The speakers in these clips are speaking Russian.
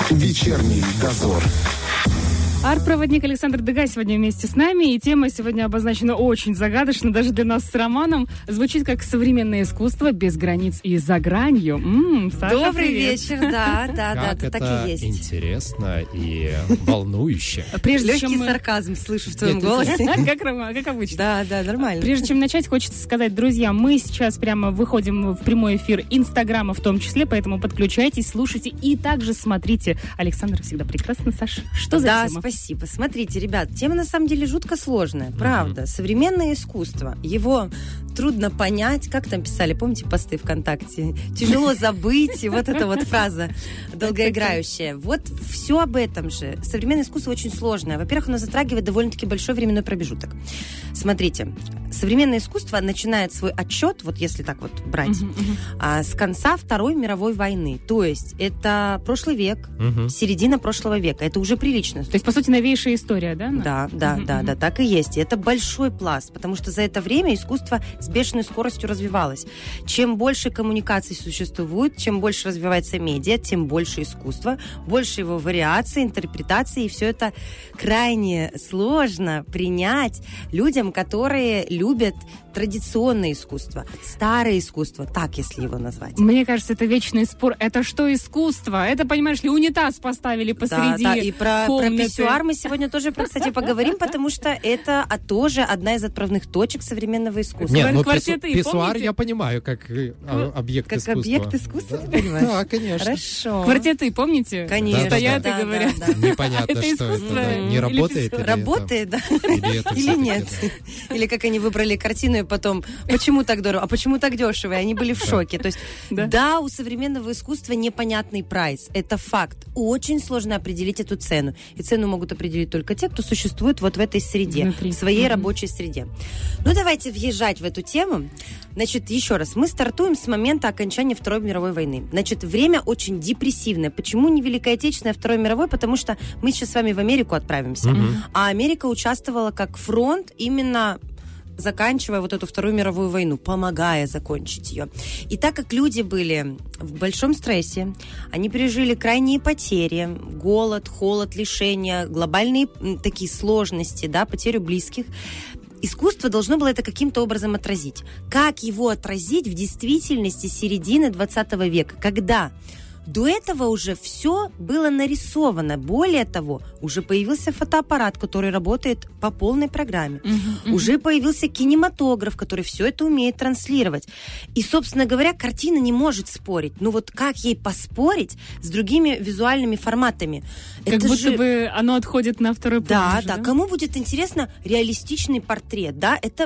Вечерний дозор. Арт-проводник Александр Дыга сегодня вместе с нами, и тема сегодня обозначена очень загадочно, даже для нас с Романом. Звучит как современное искусство без границ и за гранью. Саша, добрый привет. вечер, да, как так и есть. Интересно и волнующе. Легкий сарказм слышу в твоем голосе. Как обычно. Да, нормально. Прежде чем начать, хочется сказать, друзья, мы сейчас прямо выходим в прямой эфир Инстаграма в том числе, поэтому подключайтесь, слушайте и также смотрите. Александр всегда прекрасно. Саша, что за тема? Спасибо. Смотрите, ребят, тема на самом деле жутко сложная, правда. Современное искусство, его трудно понять. Как там писали, помните посты ВКонтакте? Тяжело забыть, и вот эта вот фраза долгоиграющая. Вот все об этом же. Современное искусство очень сложное. Во-первых, оно затрагивает довольно-таки большой временной промежуток. Смотрите, современное искусство начинает свой отчет, вот если так вот брать, с конца Второй мировой войны. То есть это прошлый век, середина прошлого века. Это уже прилично. То есть, по сути, новейшая история, да? Да, так и есть. И это большой пласт, потому что за это время искусство с бешеной скоростью развивалось. Чем больше коммуникаций существует, чем больше развивается медиа, тем больше искусства, больше его вариаций, интерпретаций, и все это крайне сложно принять людям, которые любят традиционное искусство, старое искусство, так, если его назвать. Мне кажется, это вечный спор. Это что искусство? Это, понимаешь ли, унитаз поставили посреди Да, и про комнаты. писсуар мы сегодня тоже, кстати, поговорим, потому что это тоже одна из отправных точек современного искусства. Нет, ну Квартеты, писсуар помните? я понимаю, как объект как искусства. объект искусства, ты понимаешь? Да, конечно. Хорошо. Квартеты, помните? Конечно. Стоят да, и говорят. да. Непонятно, Это что искусство это. или Не работает? писсуар? или Работает, да? это- Или это Или всё-таки, нет? да. Или как они выбрали картину и потом, почему так дорого, а почему так дешево? И они были в шоке. То есть, Да. да, у современного искусства непонятный прайс. Это факт. Очень сложно определить эту цену. И цену могут определить только те, кто существует вот в этой среде, Внутри. в своей рабочей среде. Ну, давайте въезжать в эту тему. Значит, еще раз, мы стартуем с момента окончания Второй мировой войны. Значит, время очень депрессивное. Почему не Великая Отечественная, а Второй мировой? Потому что мы сейчас с вами в Америку отправимся. А Америка участвовала как фронт именно заканчивая вот эту Вторую мировую войну, помогая закончить ее. И так как люди были в большом стрессе, они пережили крайние потери, голод, холод, лишения, глобальные такие сложности, да, потерю близких, искусство должно было это каким-то образом отразить. Как его отразить в действительности середины 20 века, когда до этого уже все было нарисовано. Более того, уже появился фотоаппарат, который работает по полной программе. Уже появился кинематограф, который все это умеет транслировать. И, собственно говоря, картина не может спорить. Ну вот как ей поспорить с другими визуальными форматами? Как Это будто же... бы оно отходит на второй план. Да. Кому будет интересно реалистичный портрет, да? Это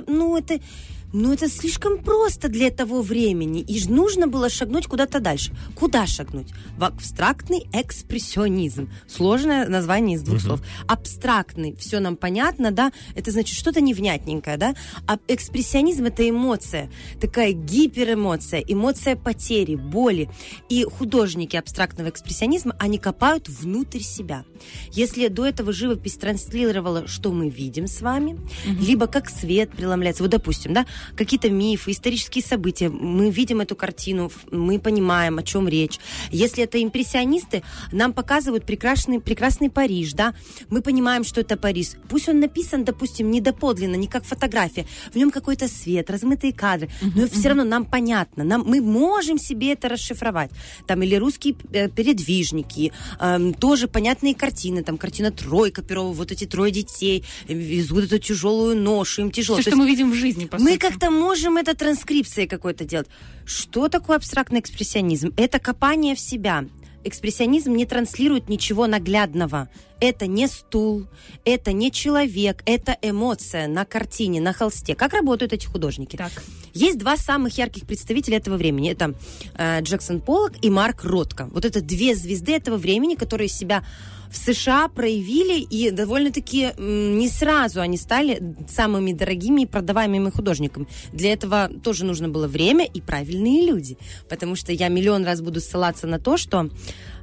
слишком просто для того времени. И нужно было шагнуть куда-то дальше. Куда шагнуть? В абстрактный экспрессионизм. Сложное название из двух слов. Абстрактный, все нам понятно, да? Это значит что-то невнятненькое, да? А экспрессионизм — это эмоция. Такая гиперэмоция. Эмоция потери, боли. И художники абстрактного экспрессионизма, они копают внутрь себя. Если до этого живопись транслировала, что мы видим с вами, либо как свет преломляется. Вот, допустим, да, какие-то мифы, исторические события. Мы видим эту картину, мы понимаем, о чем речь. Если это импрессионисты, нам показывают прекрасный Париж, да. Мы понимаем, что это Париж. Пусть он написан, допустим, не доподлинно, не как фотография. В нем какой-то свет, размытые кадры. Но все равно нам понятно. Мы можем себе это расшифровать. Там или русские передвижники, тоже понятные картины. Там картина «Тройка» Перова, вот эти 3 детей везут эту тяжелую ношу, им тяжело. Все, что мы видим в жизни, по сути. Мы как-то можем это транскрипцией какой-то делать. Что такое абстрактный экспрессионизм? Это копание в себя. Экспрессионизм не транслирует ничего наглядного. Это не стул, это не человек, это эмоция на картине, на холсте. Как работают эти художники? Так. Есть 2 самых ярких представителя этого времени. Это Джексон Поллок и Марк Ротко. Вот это 2 звезды этого времени, которые себя в США проявили, и довольно-таки не сразу они стали самыми дорогими и продаваемыми художниками. Для этого тоже нужно было время и правильные люди. Потому что я миллион раз буду ссылаться на то, что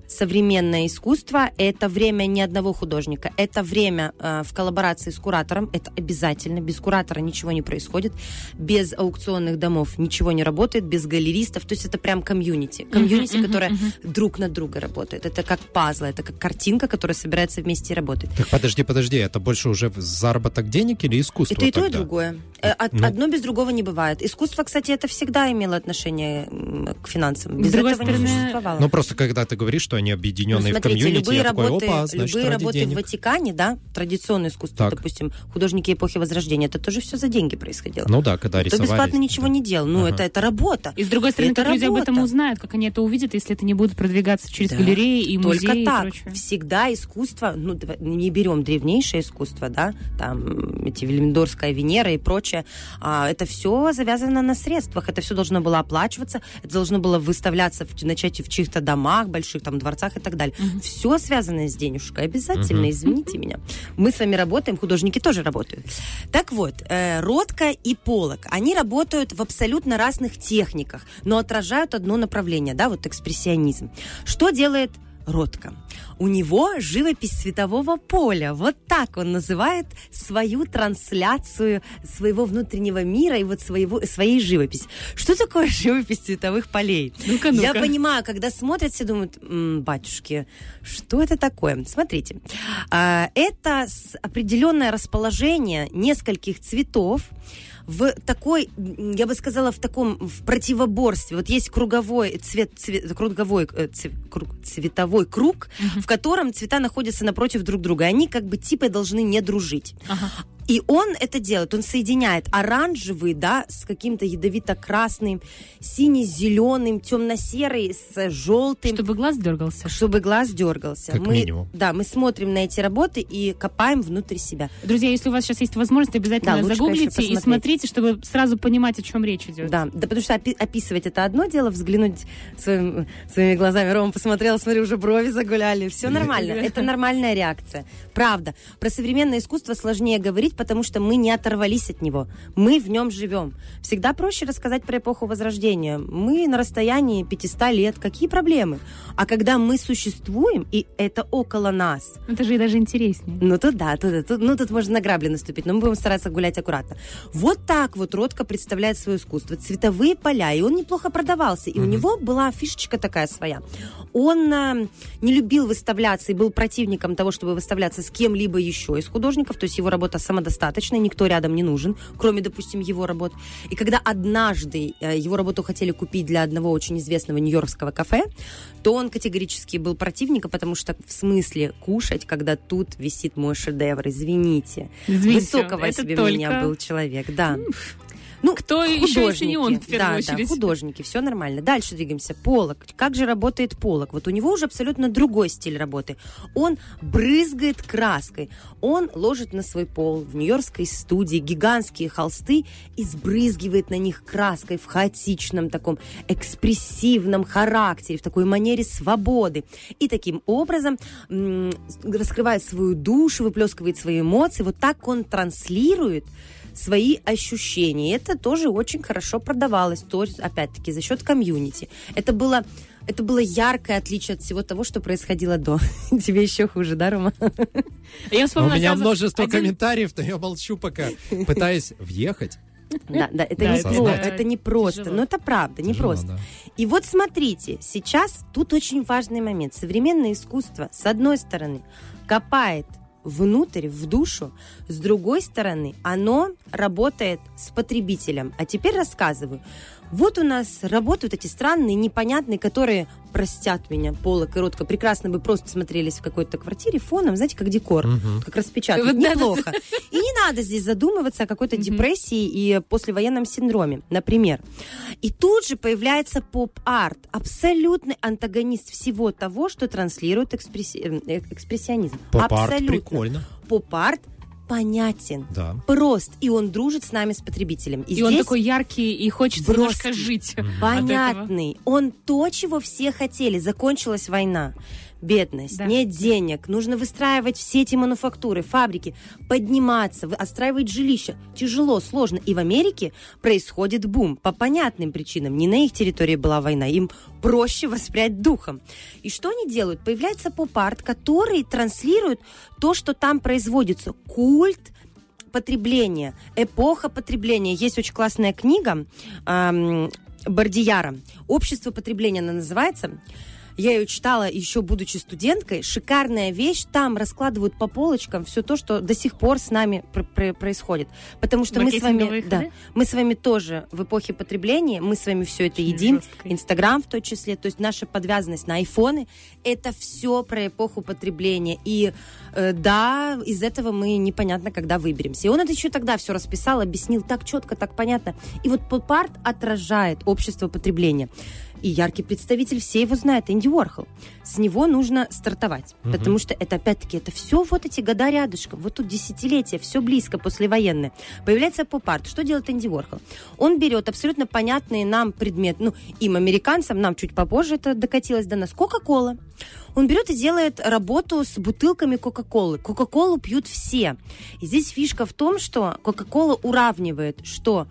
современное искусство – это время не одного художника, это время в коллаборации с куратором, это обязательно. Без куратора ничего не происходит, без аукционных домов ничего не работает, без галеристов. То есть это прям комьюнити, которое друг на друга работает. Это как пазл, это как картинка, которая собирается вместе и работает. Так подожди, это больше уже заработок денег или искусство? Это и то, и другое. Одно без другого не бывает. Искусство, кстати, это всегда имело отношение к финансам. Без этого не существовало. Ну, просто когда ты говоришь, что они объединенные в комьюнити, я такой, опа, значит, любые работы денег. в Ватикане, да, традиционное искусство, так. Допустим, художники эпохи Возрождения, это тоже все за деньги происходило. Ну да, когда рисовали. Кто бесплатно ничего не делал. Ну, это работа. И с другой стороны, это как люди об этом узнают, как они это увидят, если это не будут продвигаться через галереи и музеи только так. И прочее. Всегда искусство, ну, не берем древнейшее искусство, да, там, эти Вильмдорская Венера и прочее, это все завязано на средствах, это все должно было оплачиваться, это должно было выставляться начать в чьих-то домах, больших там дворцах и так далее. Все связано с денежкой, обязательно, извините меня. Мы с вами работаем, художники тоже работают. Так вот, Ротко и Поллок, они работают в абсолютно разных техниках, но отражают одно направление, да, вот экспрессионизм. Что делает Ротко? У него живопись светового поля. Вот так он называет свою трансляцию своего внутреннего мира и вот своей живописи. Что такое живопись цветовых полей? Ну-ка. Я понимаю, когда смотрят, все думают, батюшки, что это такое? Смотрите, это определенное расположение нескольких цветов в такой, я бы сказала, в противоборстве. Вот есть круговой цветовой круг, в котором цвета находятся напротив друг друга. Они как бы типа должны не дружить. И он это делает, он соединяет оранжевый, да, с каким-то ядовито-красным, сине-зеленым, темно-серый с желтым. Чтобы глаз дергался. Как минимум. Да, мы смотрим на эти работы и копаем внутрь себя. Друзья, если у вас сейчас есть возможность, обязательно загуглите и смотрите, чтобы сразу понимать, о чем речь идет. Да, потому что описывать это одно дело, взглянуть своими глазами. Рома посмотрел, смотри, уже брови загуляли. Все нормально, это нормальная реакция. Правда. Про современное искусство сложнее говорить, потому что мы не оторвались от него. Мы в нем живем. Всегда проще рассказать про эпоху Возрождения. Мы на расстоянии 500 лет. Какие проблемы? А когда мы существуем, и это около нас... Это же и даже интереснее. Ну, тут можно на грабли наступить, но мы будем стараться гулять аккуратно. Вот так вот Ротко представляет свое искусство. Цветовые поля. И он неплохо продавался. И у него была фишечка такая своя. Он не любил выставляться и был противником того, чтобы выставляться с кем-либо еще из художников. То есть его работа самодостаточная, никто рядом не нужен, кроме, допустим, его работ. И когда однажды его работу хотели купить для одного очень известного нью-йоркского кафе, то он категорически был противником, потому что в смысле кушать, когда тут висит мой шедевр, извините. Высокого себе меня был человек, да. Ну, кто еще, если не он, в первую очередь. Да, художники, все нормально. Дальше двигаемся. Поллок. Как же работает Поллок? Вот у него уже абсолютно другой стиль работы. Он брызгает краской. Он ложит на свой пол в нью-йоркской студии гигантские холсты и сбрызгивает на них краской в хаотичном таком экспрессивном характере, в такой манере свободы. И таким образом раскрывает свою душу, выплескивает свои эмоции. Вот так он транслирует свои ощущения. И это тоже очень хорошо продавалось, тоже, опять-таки, за счет комьюнити. Это было яркое отличие от всего того, что происходило до. Тебе еще хуже, да, Рома? У меня множество комментариев, но я молчу пока, пытаясь въехать. Да, это не просто, но это правда, не просто. Да. И вот смотрите, сейчас тут очень важный момент. Современное искусство, с одной стороны, копает внутрь, в душу, с другой стороны, оно работает с потребителем. А теперь рассказываю. Вот у нас работают эти странные, непонятные, которые, простят меня, Поллок и Ротко, прекрасно бы просто смотрелись в какой-то квартире фоном, знаете, как декор, как распечатать, неплохо. И не надо здесь задумываться о какой-то депрессии и послевоенном синдроме, например. И тут же появляется поп-арт, абсолютный антагонист всего того, что транслирует экспрессионизм. Поп-арт прикольно. Поп-арт понятен, да. Прост, и он дружит с нами, с потребителем. И он такой яркий, и хочется немножко жить. Понятный. Он то, чего все хотели. Закончилась война. бедность, нет денег, нужно выстраивать все эти мануфактуры, фабрики, подниматься, отстраивать жилища. Тяжело, сложно. И в Америке происходит бум по понятным причинам. Не на их территории была война, им проще воспрять духом. И что они делают? Появляется поп-арт, который транслирует то, что там производится. Культ потребления, эпоха потребления. Есть очень классная книга Бардияра «Общество потребления» она называется. Я ее читала еще будучи студенткой. Шикарная вещь. Там раскладывают по полочкам все то, что до сих пор с нами происходит. Потому что мы с вами тоже в эпохе потребления, мы с вами все это едим. Инстаграм в том числе. То есть наша подвязанность на айфоны, это все про эпоху потребления. И из этого мы непонятно когда выберемся. И он это еще тогда все расписал, объяснил так четко, так понятно. И вот поп-арт отражает общество потребления. И яркий представитель, все его знают, Энди Уорхол. С него нужно стартовать, потому что это, опять-таки, это все вот эти года рядышком, вот тут десятилетия, все близко, послевоенное. Появляется поп-арт. Что делает Энди Уорхол? Он берет абсолютно понятные нам предметы, им, американцам, нам чуть попозже это докатилось до нас, Кока-кола. Он берет и делает работу с бутылками Кока-колы. Кока-колу пьют все. И здесь фишка в том, что Кока-кола уравнивает, что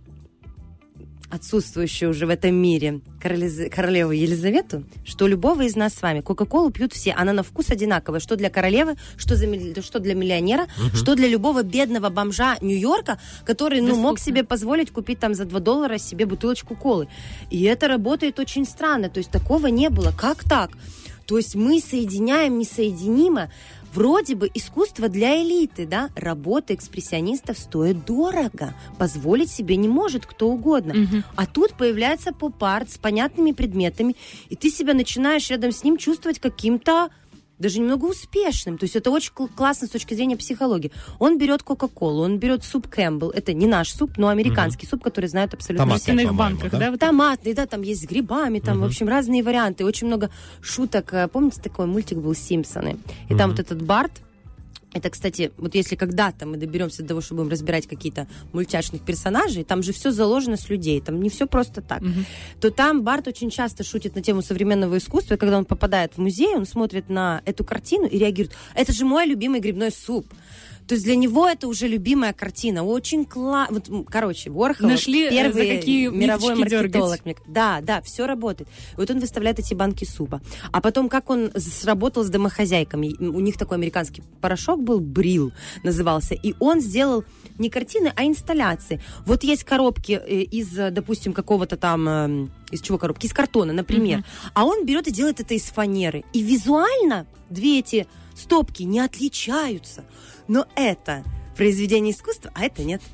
отсутствующую уже в этом мире королеву Елизавету, что любого из нас с вами Кока-колу пьют все. Она на вкус одинаковая. Что для королевы, что для миллионера, что для любого бедного бомжа Нью-Йорка, который мог себе позволить купить там за $2 себе бутылочку колы. И это работает очень странно. То есть такого не было. Как так? То есть мы соединяем несоединимо. Вроде бы искусство для элиты, да? Работа экспрессионистов стоит дорого. Позволить себе не может кто угодно. А тут появляется поп-арт с понятными предметами, и ты себя начинаешь рядом с ним чувствовать каким-то даже немного успешным. То есть это очень классно с точки зрения психологии. Он берет Кока-колу, он берет суп Кэмпбелл. Это не наш суп, но американский суп, который знают абсолютно все. В банках, да? Томатный, да, там есть с грибами, там, в общем, разные варианты. Очень много шуток. Помните, такой мультик был «Симпсоны»? И там вот этот Барт, это, кстати, вот если когда-то мы доберемся до того, что будем разбирать какие-то мультяшных персонажей, там же все заложено с людей, там не все просто так, то там Барт очень часто шутит на тему современного искусства, и когда он попадает в музей, он смотрит на эту картину и реагирует: это же мой любимый грибной суп. То есть для него это уже любимая картина. Очень классно. Вот, короче, Уорхол первый мировой маркетолог. Да, все работает. Вот он выставляет эти банки супа. А потом, как он сработал с домохозяйками. У них такой американский порошок был, Брил назывался. И он сделал не картины, а инсталляции. Вот есть коробки из, допустим, какого-то там... Из чего коробки? Из картона, например. А он берет и делает это из фанеры. И визуально две эти стопки не отличаются. Но это произведение искусства, а это нет.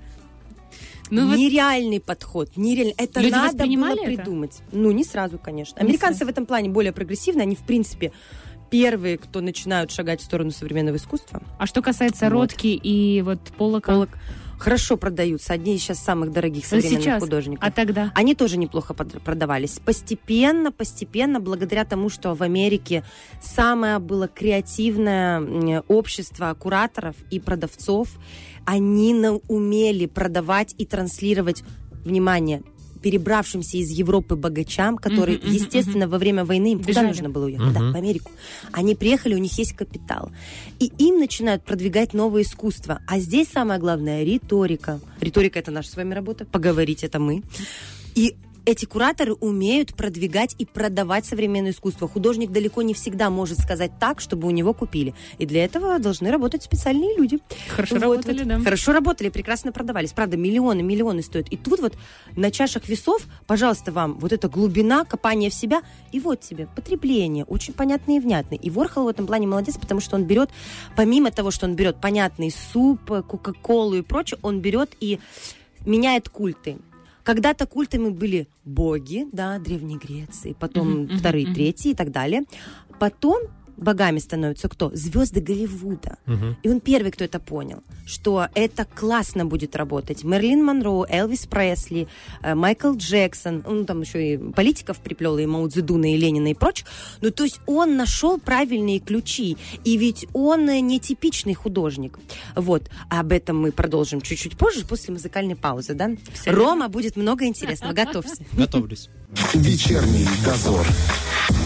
Нереальный подход. Нереальный. Это люди надо было придумать. Не сразу, конечно. Американцы в этом плане более прогрессивны. Они, в принципе, первые, кто начинают шагать в сторону современного искусства. А что касается Ротки и Поллока? Хорошо продаются. Одни из сейчас самых дорогих современных художников. А тогда? Они тоже неплохо продавались. Постепенно, благодаря тому, что в Америке самое было креативное общество кураторов и продавцов, они умели продавать и транслировать, внимание, перебравшимся из Европы богачам, которые, естественно, во время войны им куда нужно было уехать? Да, в Америку. Они приехали, у них есть капитал. И им начинают продвигать новое искусство. А здесь самое главное — риторика. Риторика — это наша с вами работа. Поговорить — это мы. И эти кураторы умеют продвигать и продавать современное искусство. Художник далеко не всегда может сказать так, чтобы у него купили. И для этого должны работать специальные люди. Хорошо работали, да. Хорошо работали, прекрасно продавались. Правда, миллионы стоят. И тут вот на чашах весов, пожалуйста, вам вот эта глубина, копание в себя, и вот тебе потребление, очень понятное и внятное. И Уорхол в этом плане молодец, потому что он берет, помимо того, что он берет понятный суп, Кока-колу и прочее, он берет и меняет культы. Когда-то культами были боги, да, Древней Греции, потом вторые, третьи и так далее. Потом богами становятся кто? Звезды Голливуда. И он первый, кто это понял, что это классно будет работать. Мерлин Монро, Элвис Пресли, Майкл Джексон, там еще и политиков приплел, и Мао Цзэдуна, и Ленина, и прочих. То есть он нашел правильные ключи. И ведь он нетипичный художник. Вот. Об этом мы продолжим чуть-чуть позже, после музыкальной паузы, да? Рома, будет много интересного. Готовься. Готовлюсь. Вечерний дозор.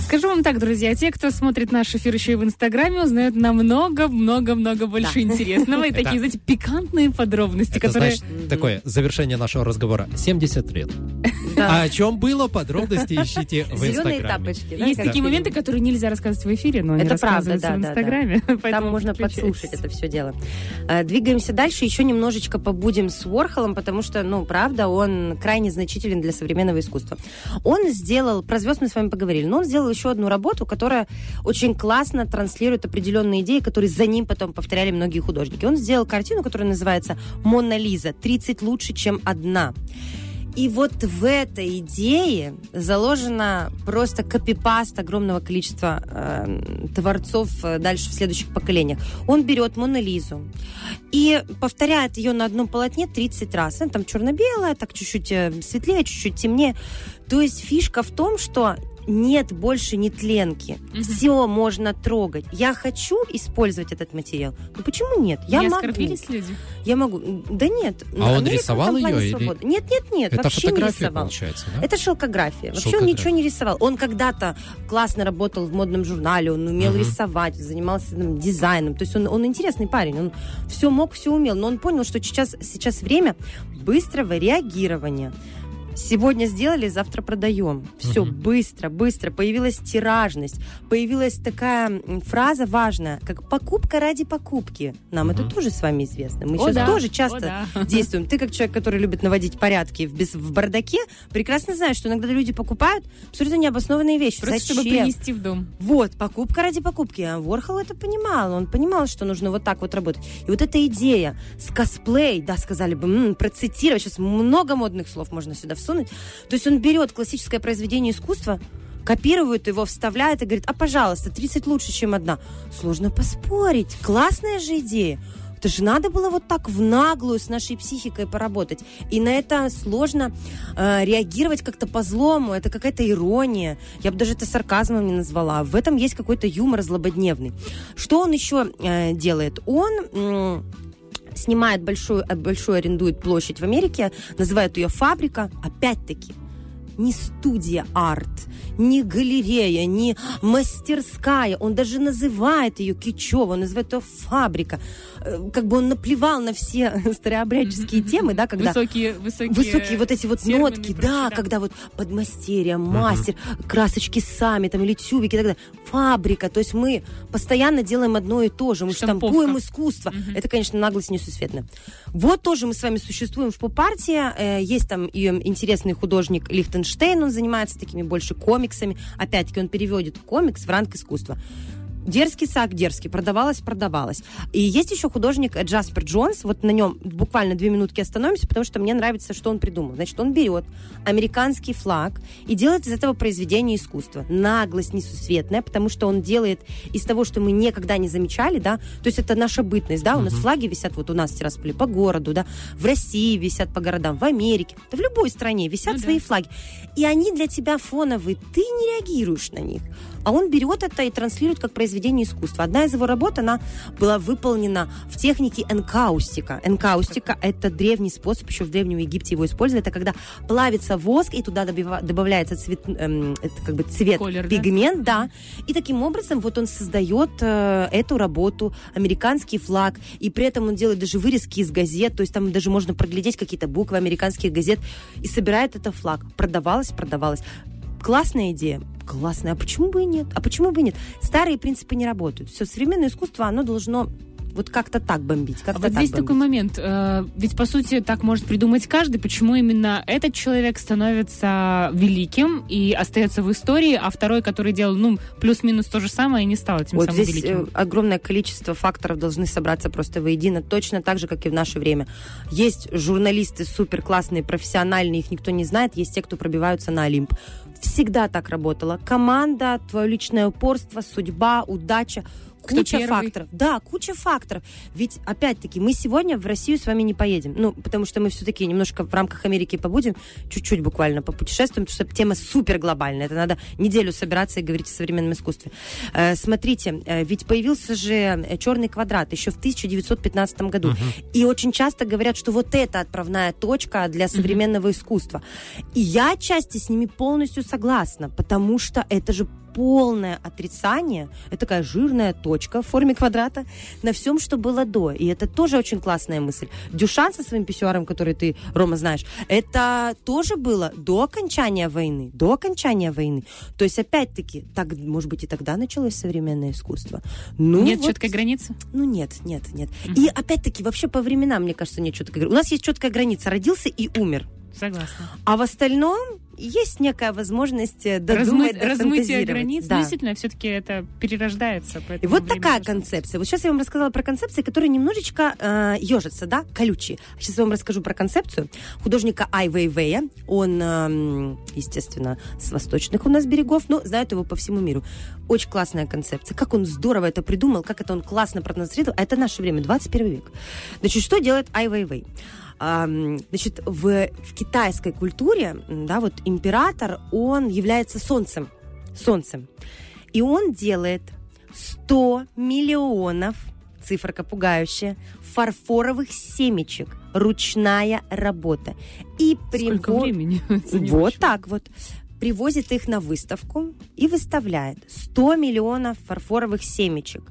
Скажу вам так, друзья, те, кто смотрит наш эфир еще и в Инстаграме, узнают намного-много-много больше интересного и такие, знаете, пикантные подробности, это, которые... Значит, такое завершение нашего разговора. 70 лет. А о чем было, подробности ищите в Инстаграме. Зеленые тапочки. Есть такие моменты, которые нельзя рассказывать в эфире, но они рассказываются в Инстаграме. Там можно подслушать это все дело. Двигаемся дальше. Еще немножечко побудем с Уорхолом, потому что, правда, он крайне значителен для современного искусства. Он сделал, про звезд мы с вами поговорили, но он сделал еще одну работу, которая очень классно транслирует определенные идеи, которые за ним потом повторяли многие художники. Он сделал картину, которая называется «Мона Лиза. 30 лучше, чем одна». И вот в этой идее заложено просто копипаст огромного количества творцов дальше в следующих поколениях. Он берет Мону Лизу и повторяет ее на одном полотне 30 раз. Она там черно-белая, так чуть-чуть светлее, чуть-чуть темнее. То есть фишка в том, что нет больше нетленки. Все можно трогать. Я хочу использовать этот материал. Но почему нет? Я могу. Оскорбились люди? Я могу. Да нет. А он рисовал ее? Или... Нет. Это вообще фотография, не рисовал. Получается, да? Это шелкография. Вообще он ничего не рисовал. Он когда-то классно работал в модном журнале, он умел рисовать, занимался дизайном. То есть он интересный парень. Он все мог, все умел. Но он понял, что сейчас время быстрого реагирования. Сегодня сделали, завтра продаем. Все быстро. Появилась тиражность. Появилась такая фраза важная, как покупка ради покупки. Нам это тоже с вами известно. Мы сейчас тоже часто действуем. Ты, как человек, который любит наводить порядки в бардаке, прекрасно знаешь, что иногда люди покупают абсолютно необоснованные вещи. Просто зачем? Чтобы принести в дом. Вот, покупка ради покупки. А Уорхол это понимал. Он понимал, что нужно вот так вот работать. И вот эта идея с косплей, сказали бы, процитировать, сейчас много модных слов можно сюда всунуть. То есть он берет классическое произведение искусства, копирует его, вставляет и говорит, пожалуйста, 30 лучше, чем одна. Сложно поспорить. Классная же идея. Это же надо было вот так в наглую с нашей психикой поработать. И на это сложно реагировать как-то по-злому. Это какая-то ирония. Я бы даже это сарказмом не назвала. В этом есть какой-то юмор злободневный. Что он еще делает? Он... снимает большую арендует площадь в Америке, называют ее фабрика. Опять-таки, не студия арт, не галерея, не мастерская. Он даже называет ее кичево, он называет ее фабрика. Как бы он наплевал на все старообрядческие темы, да, когда... Высокие вот эти вот нотки, да, когда вот подмастерье, мастер, красочки сами, там, или тюбики и так далее. Фабрика, то есть мы постоянно делаем одно и то же. Мы штампуем искусство. Это, конечно, наглость несусветная. Вот тоже мы с вами существуем в поп-арте. Есть там и интересный художник Лихтенштейн, он занимается такими больше комиксами. Опять-таки, он переводит комикс в ранг искусства. Дерзкий сак, дерзкий. Продавалось. И есть еще художник Джаспер Джонс. Вот на нем буквально 2 минутки остановимся, потому что мне нравится, что он придумал. Значит, он берет американский флаг и делает из этого произведение искусства. Наглость несусветная, потому что он делает из того, что мы никогда не замечали, да, то есть это наша бытность, да, у нас флаги висят, вот у нас в Тирасполе по городу, да, в России висят по городам, в Америке, да в любой стране висят свои флаги. И они для тебя фоновые, ты не реагируешь на них. А он берет это и транслирует как произведение искусства. Одна из его работ, она была выполнена в технике энкаустика. Энкаустика – это древний способ, еще в Древнем Египте его использовали. Это когда плавится воск, и туда добавляется цвет, колер, пигмент, да? И таким образом вот он создает эту работу, американский флаг, и при этом он делает даже вырезки из газет, то есть там даже можно проглядеть какие-то буквы американских газет, и собирает этот флаг. Продавалось. Классная идея. Классная. А почему бы и нет? Старые принципы не работают. Все, современное искусство, оно должно вот как-то так бомбить. Вот здесь такой момент. Ведь, по сути, так может придумать каждый. Почему именно этот человек становится великим и остается в истории, а второй, который делал, плюс-минус то же самое, и не стал этим самым великим? Вот здесь огромное количество факторов должны собраться просто воедино, точно так же, как и в наше время. Есть журналисты суперклассные, профессиональные, их никто не знает, есть те, кто пробиваются на Олимп. Всегда так работало. Команда, твое личное упорство, судьба, удача. Куча факторов. Да, куча факторов. Ведь, опять-таки, мы сегодня в Россию с вами не поедем. Потому что мы все-таки немножко в рамках Америки побудем, чуть-чуть буквально попутешествуем, потому что тема супер глобальная. Это надо неделю собираться и говорить о современном искусстве. Смотрите, ведь появился же черный квадрат еще в 1915 году. И очень часто говорят, что вот это отправная точка для современного искусства. И я отчасти с ними полностью согласна, потому что это же полное отрицание, это такая жирная точка в форме квадрата на всем, что было до. И это тоже очень классная мысль. Дюшан со своим писсуаром, который ты, Рома, знаешь, это тоже было до окончания войны. До окончания войны. То есть, опять-таки, так, может быть, и тогда началось современное искусство. Ну, нет четкой границы? Ну, нет. И, опять-таки, вообще по временам, мне кажется, нет четкой границы. У нас есть четкая граница. Родился и умер. Согласна. А в остальном есть некая возможность додумать, размытие границ. Да. Действительно, все-таки это перерождается. И вот такая концепция. Вот сейчас я вам рассказала про концепции, которые немножечко ежатся, да, колючие. Сейчас я вам расскажу про концепцию художника Ай Вейвея. Он, естественно, с восточных у нас берегов, но знают его по всему миру. Очень классная концепция. Как он здорово это придумал, как это он классно продемонстрировал. А это наше время, 21 век. Значит, что делает Ай Вейвей? Значит, в китайской культуре, да, вот император, он является солнцем. И он делает 100 миллионов, циферка пугающая, фарфоровых семечек. Ручная работа. И сколько времени? Вот так вот. Привозит их на выставку и выставляет 100 миллионов фарфоровых семечек.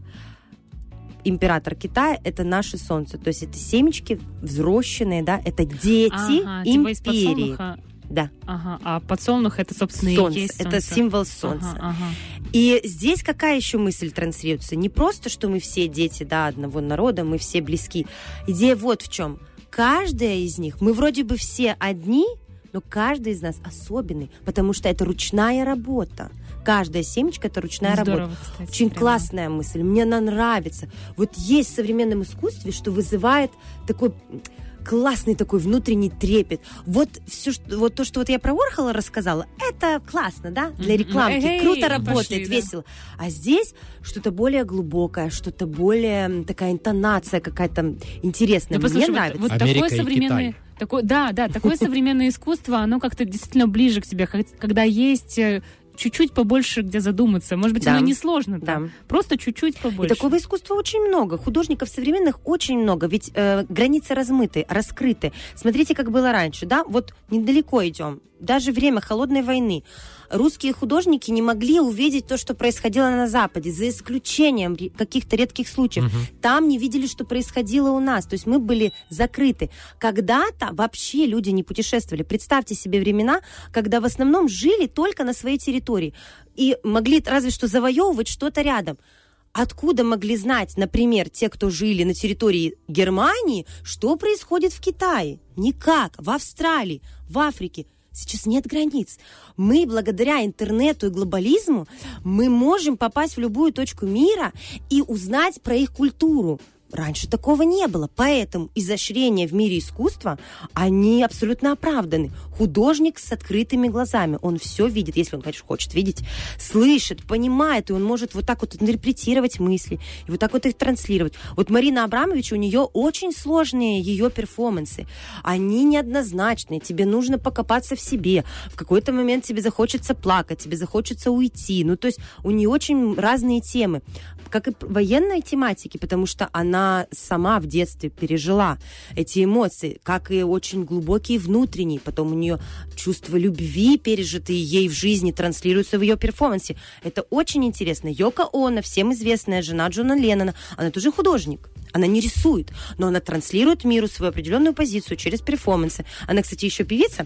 Император Китая – это наше солнце. То есть это семечки взросшенные, да, это дети империи. Типа да. Ага. А подсолнух – это, собственно, солнце. И есть солнце. Это символ солнца. Ага. И здесь какая еще мысль транслируется? Не просто, что мы все дети, да, одного народа, мы все близки. Идея вот в чем. Каждая из них, мы вроде бы все одни, но каждый из нас особенный, потому что это ручная работа. Каждая семечка – это ручная работа. Кстати, очень классная мысль, мне она нравится. Вот есть в современном искусстве, что вызывает такой классный такой внутренний трепет. Вот все, вот то, что вот я про Уорхола рассказала, это классно, да, для рекламки. Круто работает, весело. Да. А здесь что-то более глубокое, что-то более такая интонация какая-то интересная. Да, мне нравится. Вот такое современное... Такое современное искусство, оно как-то действительно ближе к тебе, когда есть чуть-чуть побольше, где задуматься. Может быть, оно несложно, просто чуть-чуть побольше. И такого искусства очень много. Художников современных очень много. Ведь границы размыты, раскрыты. Смотрите, как было раньше, да? Вот недалеко идем. Даже время холодной войны. Русские художники не могли увидеть то, что происходило на Западе, за исключением каких-то редких случаев. Там не видели, что происходило у нас. То есть мы были закрыты. Когда-то вообще люди не путешествовали. Представьте себе времена, когда в основном жили только на своей территории. И могли разве что завоевывать что-то рядом. Откуда могли знать, например, те, кто жили на территории Германии, что происходит в Китае? Никак. В Австралии, в Африке. Сейчас нет границ. Мы, благодаря интернету и глобализму, мы можем попасть в любую точку мира и узнать про их культуру. Раньше такого не было, поэтому изощрения в мире искусства, они абсолютно оправданы. Художник с открытыми глазами, он все видит, если он, конечно, хочет видеть, слышит, понимает, и он может вот так вот интерпретировать мысли, и вот так вот их транслировать. Вот Марина Абрамович, у нее очень сложные ее перформансы, они неоднозначные, тебе нужно покопаться в себе, в какой-то момент тебе захочется плакать, тебе захочется уйти, ну, то есть у нее очень разные темы, как и военной тематики, потому что она сама в детстве пережила эти эмоции, как и очень глубокие внутренние, потом у нее чувство любви, пережитые ей в жизни, транслируются в ее перформансе. Это очень интересно. Йоко Оно, всем известная жена Джона Леннона, она тоже художник. Она не рисует, но она транслирует миру свою определенную позицию через перформансы. Она, кстати, еще певица,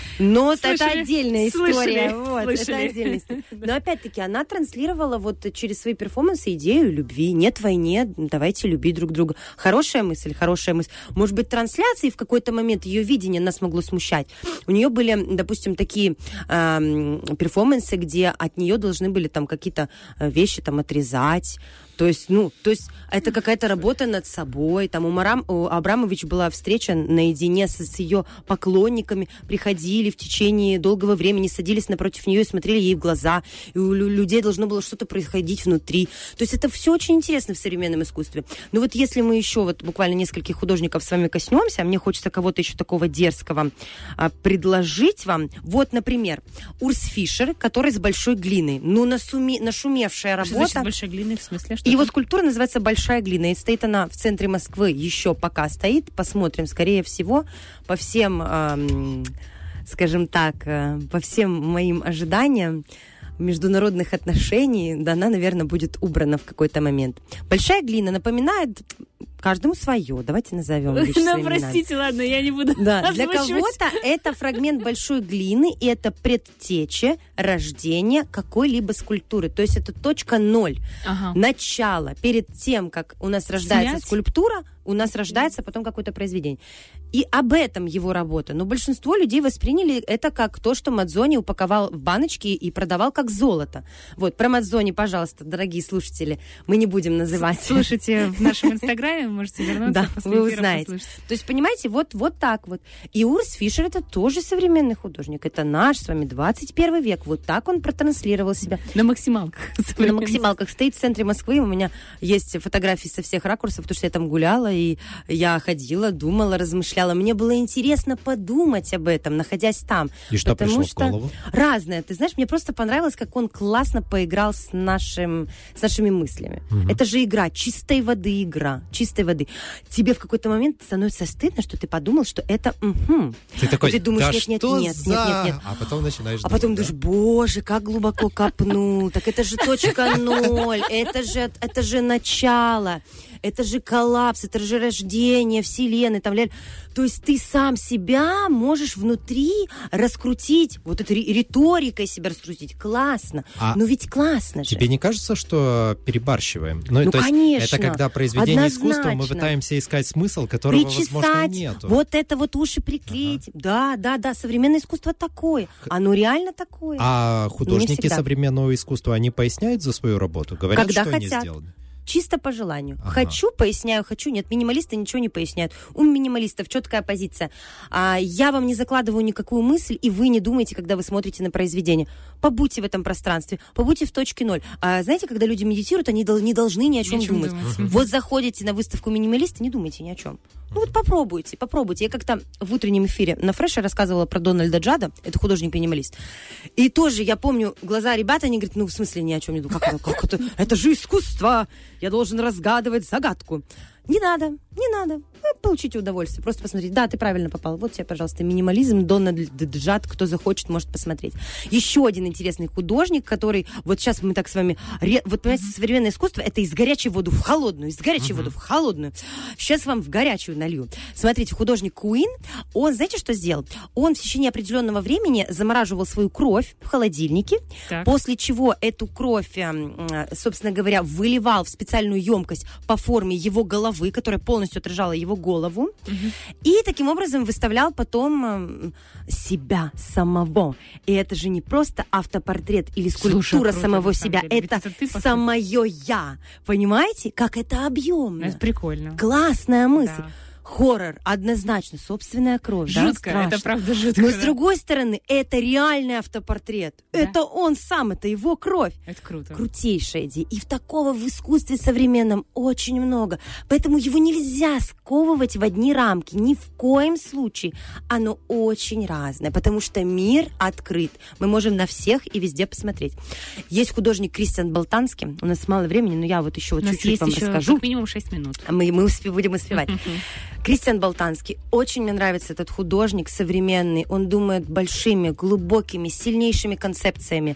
но это отдельная история. Это отдельная история. Но опять-таки она транслировала вот через свои перформансы идею любви. Нет войне, давайте любить друг друга. Хорошая мысль, хорошая мысль. Может быть, трансляции в какой-то момент ее видение нас могло смущать. У нее были, допустим, такие перформансы, где от нее должны были там какие-то вещи там отрезать. То есть это какая-то работа над собой. Там у Абрамович была встреча наедине с ее поклонниками. Приходили в течение долгого времени, садились напротив нее и смотрели ей в глаза. И у людей должно было что-то происходить внутри. То есть это все очень интересно в современном искусстве. Но вот если мы еще вот буквально нескольких художников с вами коснемся, мне хочется кого-то еще такого дерзкого предложить вам. Вот, например, Урс Фишер, который с большой глиной. Ну, нашумевшая работа. Что значит большой глиной? В смысле, что? Его скульптура называется «Большая глина». И стоит она в центре Москвы, еще пока стоит. Посмотрим, скорее всего, по всем, скажем так, по всем моим ожиданиям, международных отношений, да, она, наверное, будет убрана в какой-то момент. Большая глина напоминает каждому свое. Давайте назовем вещи своими именами. Простите, ладно, я не буду Да, для кого-то это фрагмент большой глины, и это предтеча рождения какой-либо скульптуры. То есть это точка 0. Начало. Перед тем, как у нас рождается скульптура, у нас рождается потом какое-то произведение. И об этом его работа. Но большинство людей восприняли это как то, что Мадзони упаковал в баночки и продавал как золото. Вот, про Мадзони, пожалуйста, дорогие слушатели, мы не будем называть. Слушайте в нашем инстаграме, можете вернуться. Да, вы узнаете. То есть, понимаете, вот так вот. И Урс Фишер это тоже современный художник. Это наш с вами 21 век. Вот так он протранслировал себя. На максималках. На максималках. Стоит в центре Москвы. У меня есть фотографии со всех ракурсов, потому что я там гуляла, и я ходила, думала, размышляла. Мне было интересно подумать об этом, находясь там. И что пришло в голову? Разное. Ты знаешь, мне просто понравилось, как он классно поиграл с нашими мыслями. Это же игра, чистой воды игра. Чистой воды. Тебе в какой-то момент становится стыдно, что ты подумал, что это... Ты такой, ты думаешь, да нет. А потом начинаешь думать. А потом думаешь, боже, как глубоко копнул. Так это же точка 0. Это же начало. Это же коллапс, это же рождение Вселенной. То есть ты сам себя можешь внутри раскрутить, вот этой риторикой себя раскрутить. Классно. Но ведь классно же. Тебе не кажется, что перебарщиваем? Ну, то конечно. Есть, это когда произведение искусства, мы пытаемся искать смысл, которого, возможно, нету. Вот это вот уши приклеить. Да. Современное искусство такое. Оно реально такое. А художники современного искусства, они поясняют за свою работу? Говорят, когда что хотят. Они сделали? Чисто по желанию. Хочу, поясняю, хочу. Нет, минималисты ничего не поясняют. У минималистов четкая позиция. Я вам не закладываю никакую мысль, и вы не думаете, когда вы смотрите на произведение. Побудьте в этом пространстве, побудьте в точке 0. Знаете, когда люди медитируют, они не должны ни о чем думать. Вот заходите на выставку минималиста, не думайте ни о чем. Ну вот попробуйте. Я как-то в утреннем эфире на Фреше рассказывала про Дональда Джада, это художник-минималист. И тоже я помню глаза ребят, они говорят, в смысле ни о чем не думаю. Как это? Это же искусство! Я должен разгадывать загадку. Не надо. Получите удовольствие. Просто посмотрите. Да, ты правильно попал. Вот тебе, пожалуйста, минимализм, Дональд Джад. Кто захочет, может посмотреть. Еще один интересный художник, который... Вот сейчас мы так с вами... Вот, понимаете, современное искусство — это из горячей воды в холодную, из горячей воды в холодную. Сейчас вам в горячую налью. Смотрите, художник Куин, он, знаете, что сделал? Он в течение определенного времени замораживал свою кровь в холодильнике, после чего эту кровь, собственно говоря, выливал в специальную емкость по форме его головы, которая полностью отражала его голову, и таким образом выставлял потом себя самого. И это же не просто автопортрет или скульптура самого себя, это самое я. Понимаете, как это объемно? Это прикольно. Классная мысль. Да. Хоррор, однозначно, собственная кровь. Жутко, да? это правда жутко. Но с другой стороны, это реальный автопортрет. Да? Это он сам, это его кровь. Это круто. Крутейшая идея. И такого в искусстве современном очень много. Поэтому его нельзя сковывать в одни рамки. Ни в коем случае. Оно очень разное, потому что мир открыт. Мы можем на всех и везде посмотреть. Есть художник Кристиан Болтанский. У нас мало времени, но я вот еще чуть-чуть вам расскажу. Как минимум 6 минут. Мы будем успевать. Кристиан Болтанский. Очень мне нравится этот художник современный. Он думает большими, глубокими, сильнейшими концепциями.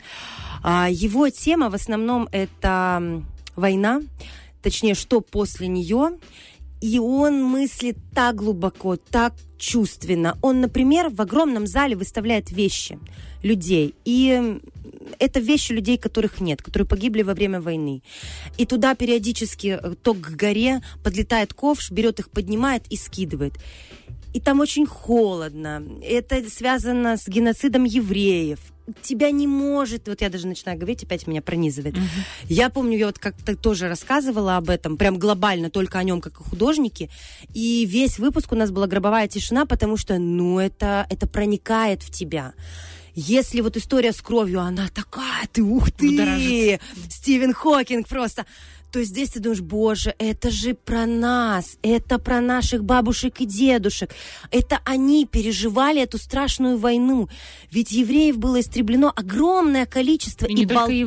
Его тема в основном это война, точнее, что после нее. И он мыслит так глубоко, так чувственно. Он, например, в огромном зале выставляет вещи людей. И это вещи людей, которых нет, которые погибли во время войны. И туда периодически то к горе подлетает ковш, берет их, поднимает и скидывает. И там очень холодно. Это связано с геноцидом евреев. Тебя не может... Вот я даже начинаю говорить, опять меня пронизывает. Я помню, я вот как-то тоже рассказывала об этом, прям глобально, только о нем, как о художнике. И весь выпуск у нас была гробовая тишина, потому что, это проникает в тебя. Если вот история с кровью, она такая, ух ты, Стивен Хокинг просто... То есть здесь ты думаешь, боже, это же про нас, это про наших бабушек и дедушек. Это они переживали эту страшную войну. Ведь евреев было истреблено огромное количество. И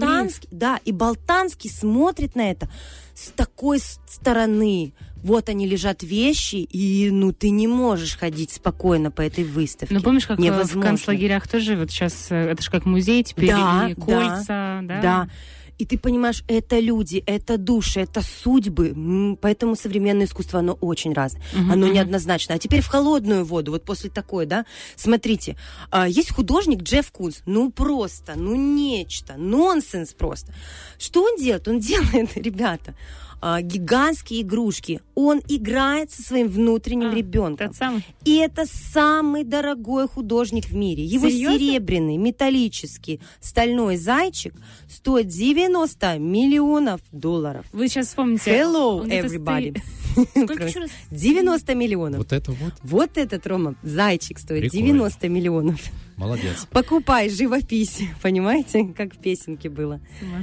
Болтанский смотрит на это с такой стороны. Вот они лежат вещи, и ты не можешь ходить спокойно по этой выставке. Ну, помнишь, как в концлагерях тоже, вот сейчас, это же как музей теперь, и кольца, да? Да. И ты понимаешь, это люди, это души, это судьбы. Поэтому современное искусство, оно очень разное. Оно неоднозначно. А теперь в холодную воду, вот после такой, да. Смотрите, есть художник Джефф Кунс. Просто, нечто. Нонсенс просто. Что он делает? Он делает, ребята, гигантские игрушки. Он играет со своим внутренним ребенком. Тот самый? И это самый дорогой художник в мире. Его серебряный, металлический, стальной зайчик стоит $90 миллионов. Вы сейчас вспомните. Hello, everybody. Сколько еще раз? 90 миллионов. Вот это вот? Вот этот, Рома, зайчик стоит 90 миллионов. Молодец. Покупай, живопись. Понимаете, как в песенке было?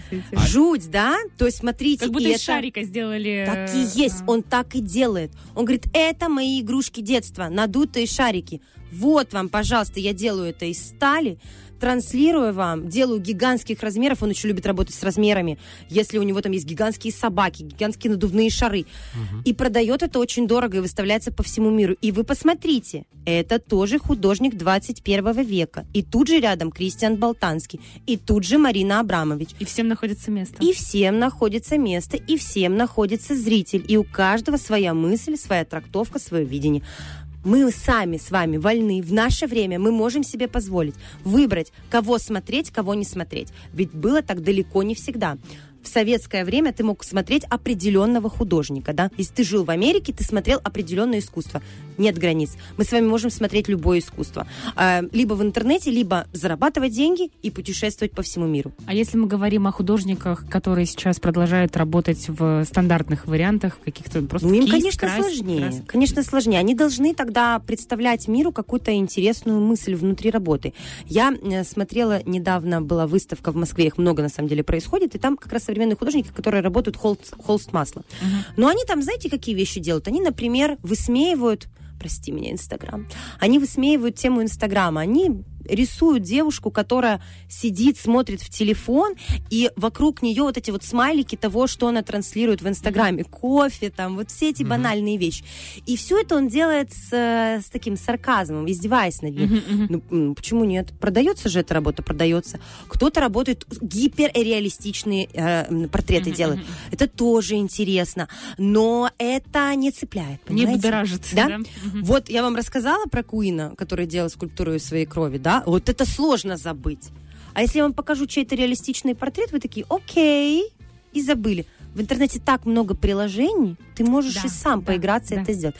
Жуть, да? То есть, смотрите. Как будто из шарика сделали. Так и есть. Он так и делает. Он говорит, это мои игрушки детства, надутые шарики. Вот вам, пожалуйста, я делаю это из стали, транслирую вам, делаю гигантских размеров. Он еще любит работать с размерами. Если у него там есть гигантские собаки, гигантские надувные шары. И продает это очень дорого и выставляется по всему миру. И вы посмотрите, это тоже художник 21 века. И тут же рядом Кристиан Болтанский. И тут же Марина Абрамович. И всем находится место. И всем находится место, и всем находится зритель. И у каждого своя мысль, своя трактовка, свое видение. Мы сами с вами вольны. В наше время мы можем себе позволить выбрать, кого смотреть, кого не смотреть. Ведь было так далеко не всегда. В советское время ты мог смотреть определенного художника, да? Если ты жил в Америке, ты смотрел определенное искусство. Нет границ. Мы с вами можем смотреть любое искусство. Либо в интернете, либо зарабатывать деньги и путешествовать по всему миру. А если мы говорим о художниках, которые сейчас продолжают работать в стандартных вариантах, каких-то просто им, кисть, конечно, сложнее. Конечно, сложнее. Они должны тогда представлять миру какую-то интересную мысль внутри работы. Я смотрела, недавно была выставка в Москве, их много на самом деле происходит, и там как раз современные художники, которые работают холст масла. Но они там, знаете, какие вещи делают? Они, например, высмеивают, прости меня, Инстаграм, они высмеивают тему Инстаграма, они рисуют девушку, которая сидит, смотрит в телефон, и вокруг нее вот эти вот смайлики того, что она транслирует в Инстаграме. Кофе, там, вот все эти банальные вещи. И все это он делает с таким сарказмом, издеваясь над ним. Ну, почему нет? Продается же эта работа, продается. Кто-то работает, гиперреалистичные портреты делает. Это тоже интересно. Но это не цепляет, понимаете? Не будоражит. Да? Вот я вам рассказала про Куина, который делал скульптуру из своей крови, да? Вот это сложно забыть. А если я вам покажу чей-то реалистичный портрет, вы такие, окей, и забыли. В интернете так много приложений, ты можешь и сам поиграться и это сделать.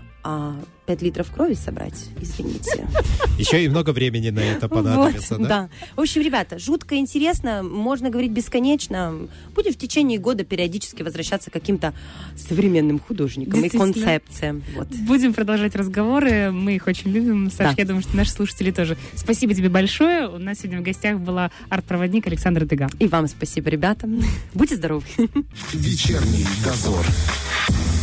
5 литров крови собрать, извините. Еще и много времени на это понадобится, вот, да? В общем, ребята, жутко интересно, можно говорить бесконечно. Будем в течение года периодически возвращаться к каким-то современным художникам и концепциям. Вот. Будем продолжать разговоры, мы их очень любим. Саша, я думаю, что наши слушатели тоже. Спасибо тебе большое. У нас сегодня в гостях была арт-проводник Александра Дега. И вам спасибо, ребята. Будьте здоровы. Вечерний дозор.